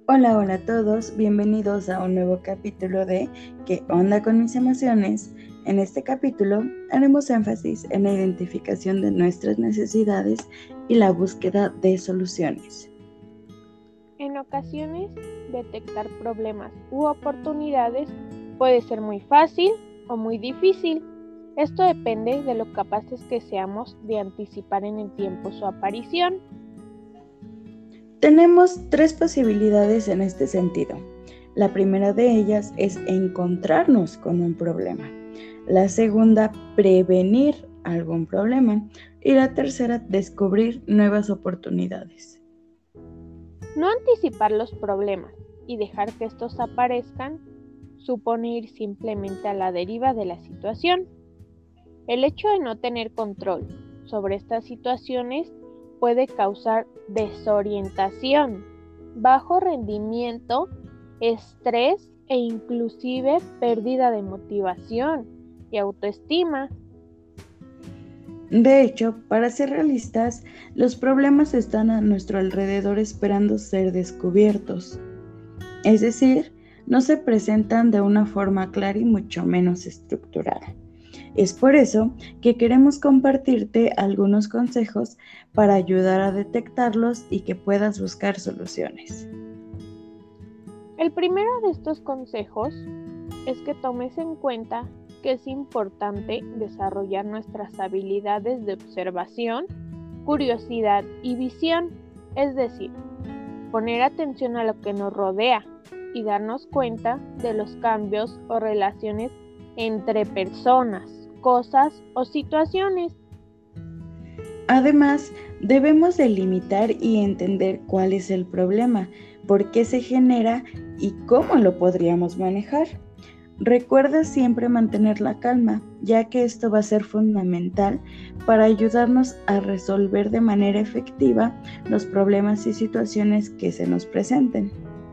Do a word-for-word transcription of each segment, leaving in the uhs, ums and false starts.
Hola, hola a todos, bienvenidos a un nuevo capítulo de ¿Qué onda con mis emociones? En este capítulo haremos énfasis en la identificación de nuestras necesidades y la búsqueda de soluciones. En ocasiones, detectar problemas u oportunidades puede ser muy fácil o muy difícil. Esto depende de lo capaces que seamos de anticipar en el tiempo su aparición. Tenemos tres posibilidades en este sentido. La primera de ellas es encontrarnos con un problema. La segunda, prevenir algún problema. Y la tercera, descubrir nuevas oportunidades. No anticipar los problemas y dejar que estos aparezcan supone ir simplemente a la deriva de la situación. El hecho de no tener control sobre estas situaciones puede causar desorientación, bajo rendimiento, estrés e inclusive pérdida de motivación y autoestima. De hecho, para ser realistas, los problemas están a nuestro alrededor esperando ser descubiertos. Es decir, no se presentan de una forma clara y mucho menos estructurada. Es por eso que queremos compartirte algunos consejos para ayudar a detectarlos y que puedas buscar soluciones. El primero de estos consejos es que tomes en cuenta que es importante desarrollar nuestras habilidades de observación, curiosidad y visión, es decir, poner atención a lo que nos rodea y darnos cuenta de los cambios o relaciones entre personas, cosas o situaciones. Además, debemos delimitar y entender cuál es el problema, por qué se genera y cómo lo podríamos manejar. Recuerda siempre mantener la calma, ya que esto va a ser fundamental para ayudarnos a resolver de manera efectiva los problemas y situaciones que se nos presenten.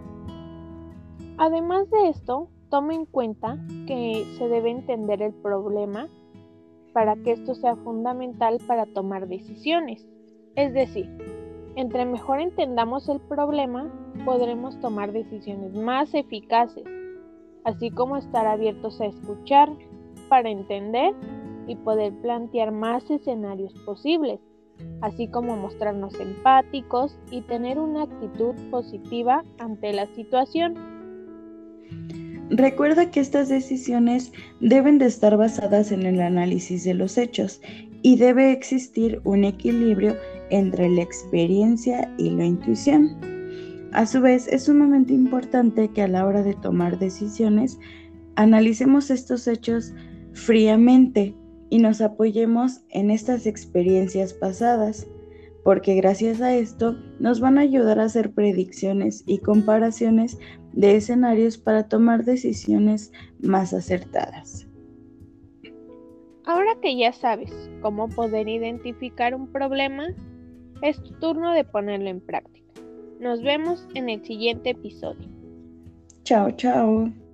Además de esto, toma en cuenta que se debe entender el problema para que esto sea fundamental para tomar decisiones. Es decir, entre mejor entendamos el problema, podremos tomar decisiones más eficaces, así como estar abiertos a escuchar para entender y poder plantear más escenarios posibles, así como mostrarnos empáticos y tener una actitud positiva ante la situación. Recuerda que estas decisiones deben de estar basadas en el análisis de los hechos y debe existir un equilibrio entre la experiencia y la intuición. A su vez, es sumamente importante que a la hora de tomar decisiones analicemos estos hechos fríamente y nos apoyemos en estas experiencias pasadas, porque gracias a esto nos van a ayudar a hacer predicciones y comparaciones de escenarios para tomar decisiones más acertadas. Ahora que ya sabes cómo poder identificar un problema, es tu turno de ponerlo en práctica. Nos vemos en el siguiente episodio. Chao, chao.